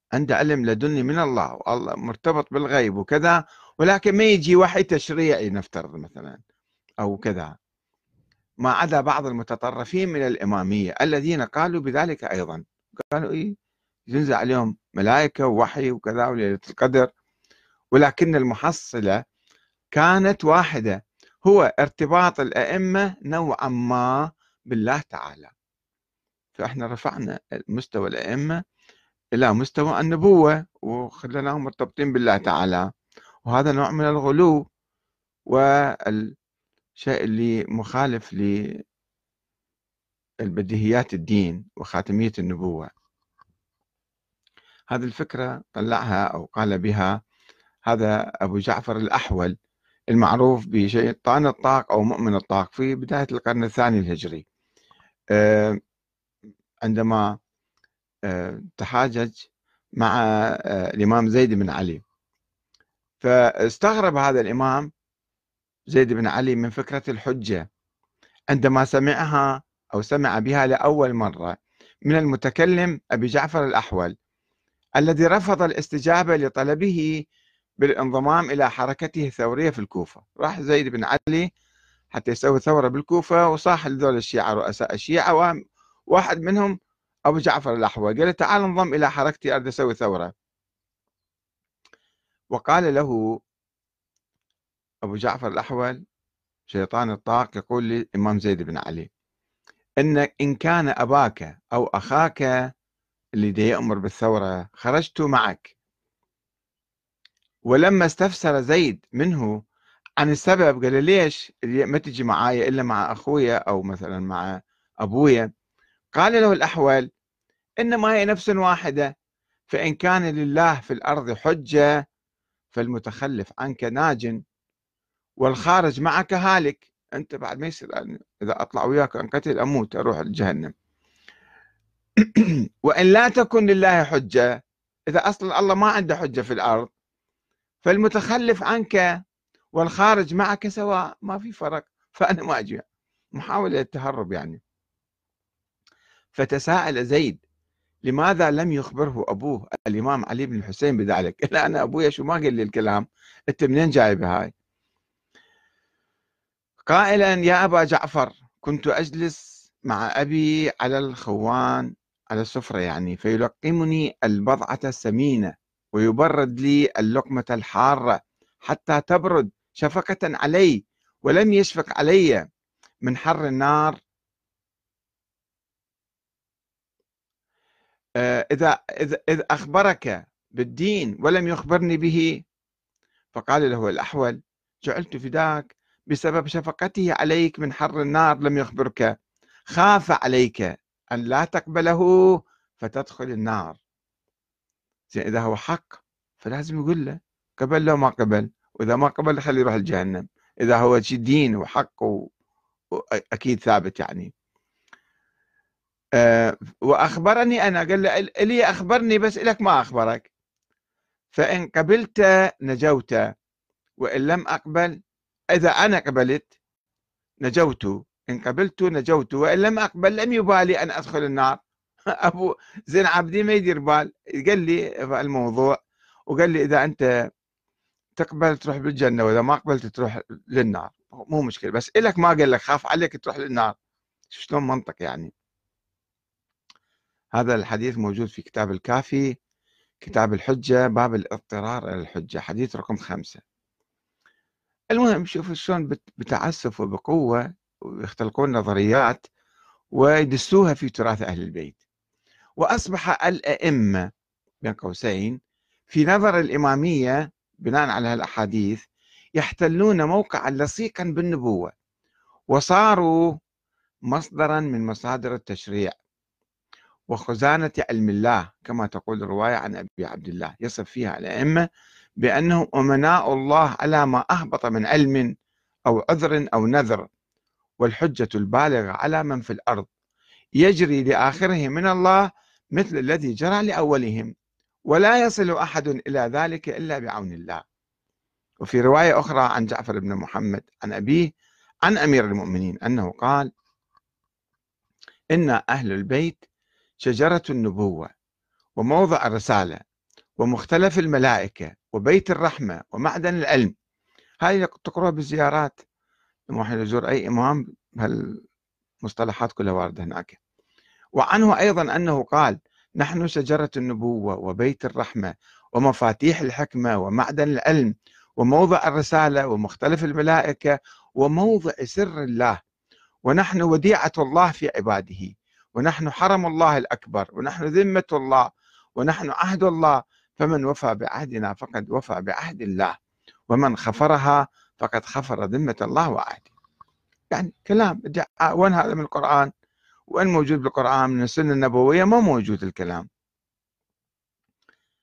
عنده علم لدني من الله، والله مرتبط بالغيب وكذا، ولكن ما يجي وحي تشريعي نفترض مثلا أو كذا، ما عدا بعض المتطرفين من الإمامية الذين قالوا بذلك أيضا. قالوا إيه، ينزل عليهم ملائكة ووحي وكذا وليلة القدر، ولكن المحصلة كانت واحدة، هو ارتباط الأئمة نوعا ما بالله تعالى. فإحنا رفعنا مستوى الأئمة إلى مستوى النبوة وخليناهم مرتبطين بالله تعالى، وهذا نوع من الغلو والشيء اللي مخالف للبديهيات الدين وخاتمية النبوة. هذه الفكرة طلعها أو قال بها هذا أبو جعفر الأحول المعروف بشيطان الطاق أو مؤمن الطاق في بداية القرن الثاني الهجري، عندما تحاجج مع الإمام زيد بن علي. فاستغرب هذا الإمام زيد بن علي من فكرة الحجة عندما سمعها أو سمع بها لأول مرة من المتكلم أبي جعفر الأحول الذي رفض الاستجابة لطلبه بالانضمام إلى حركته الثورية في الكوفة. راح زيد بن علي حتى يسوي ثورة بالكوفة، وصاح لذول الشيعة رؤساء الشيعة، وواحد منهم أبو جعفر الأحول، قال له تعال انضم إلى حركتي أريد أسوي ثورة. وقال له أبو جعفر الأحول شيطان الطاق يقول للإمام زيد بن علي إن كان أباك أو أخاك اللي دي يأمر بالثورة خرجت معك. ولما استفسر زيد منه عن السبب قال له ليش ما تجي معايا إلا مع أخويا أو مثلا مع أبويا؟ قال له الأحول إنما هي نفس واحدة، فإن كان لله في الأرض حجة فالمتخلف عنك ناج والخارج معك هالك. أنت بعد ما يصير إذا أطلع وياك أنقتل أموت أروح الجهنم. وإن لا تكن لله حجة، إذا أصلا الله ما عنده حجة في الأرض، فالمتخلف عنك والخارج معك سواء، ما في فرق. فأنا ما أجي، محاولة التهرب يعني. فتساءل زيد لماذا لم يخبره أبوه الإمام علي بن الحسين بذلك؟ لا أنا أبويا شو ما قال لي الكلام، أنت منين جايب هاي؟ قائلا يا أبا جعفر كنت أجلس مع أبي على الخوان على السفرة يعني، فيلقمني البضعة السمينة ويبرد لي اللقمة الحارة حتى تبرد شفقة علي، ولم يشفق علي من حر النار. إذ أخبرك بالدين ولم يخبرني به. فقال له الأحول جعلت فداك بسبب شفقته عليك من حر النار لم يخبرك، خاف عليك أن لا تقبله فتدخل النار. زين إذا هو حق فلازم يقول له قبل له ما قبل، وإذا ما قبل خليه يروح الجهنم، إذا هو شيء دين وحق وأكيد ثابت يعني. وأخبرني أنا، قال له إلي أخبرني بس إلك ما أخبرك، فإن قبلت نجوت وإن لم أقبل، إذا أنا قبلت نجوت، إن قبلت نجوت وإن لم أقبل لم يبالي أن أدخل النار. أبو زين عابدين ما يدير بال، قال لي الموضوع وقال لي إذا أنت تقبل تروح بالجنة وإذا ما قبلت تروح للنار، مو مشكلة، بس إلك ما قال لك خاف عليك تروح للنار. شلون منطق يعني؟ هذا الحديث موجود في كتاب الكافي كتاب الحجة باب الاضطرار إلى الحجة، حديث رقم 5. المهم شوفوا شلون بتعسف وبقوة ويختلقون نظريات ويدسوها في تراث أهل البيت. وأصبح الأئمة بين قوسين في نظر الإمامية بناء على الأحاديث يحتلون موقعا لصيقا بالنبوة، وصاروا مصدرا من مصادر التشريع وخزانة علم الله، كما تقول الرواية عن أبي عبد الله يصف فيها الأئمة بأنهم أمناء الله على ما أهبط من علم أو عذر أو نذر، والحجة البالغة على من في الأرض يجري لآخره من الله مثل الذي جرى لأولهم، ولا يصل أحد إلى ذلك إلا بعون الله. وفي رواية أخرى عن جعفر بن محمد عن أبيه عن أمير المؤمنين أنه قال إن أهل البيت شجرة النبوة وموضع الرسالة، ومختلف الملائكة وبيت الرحمة ومعدن العلم. هاي تقرأها بالزيارات لما واحد يزور أي إمام، هالمصطلحات كلها واردة هناك. وعنه أيضا أنه قال: نحن شجرة النبوة وبيت الرحمة ومفاتيح الحكمة ومعدن العلم وموضع الرسالة ومختلف الملائكة وموضع سر الله، ونحن وديعة الله في عباده، ونحن حرم الله الأكبر، ونحن ذمة الله، ونحن عهد الله، فمن وفى بعهدنا فقد وفى بعهد الله، ومن خفرها فقد خفر ذمة الله وعهده. يعني كلام ادعاء، وين هذا من القرآن؟ وين موجود بالقرآن؟ من السنة النبوية ما موجود الكلام.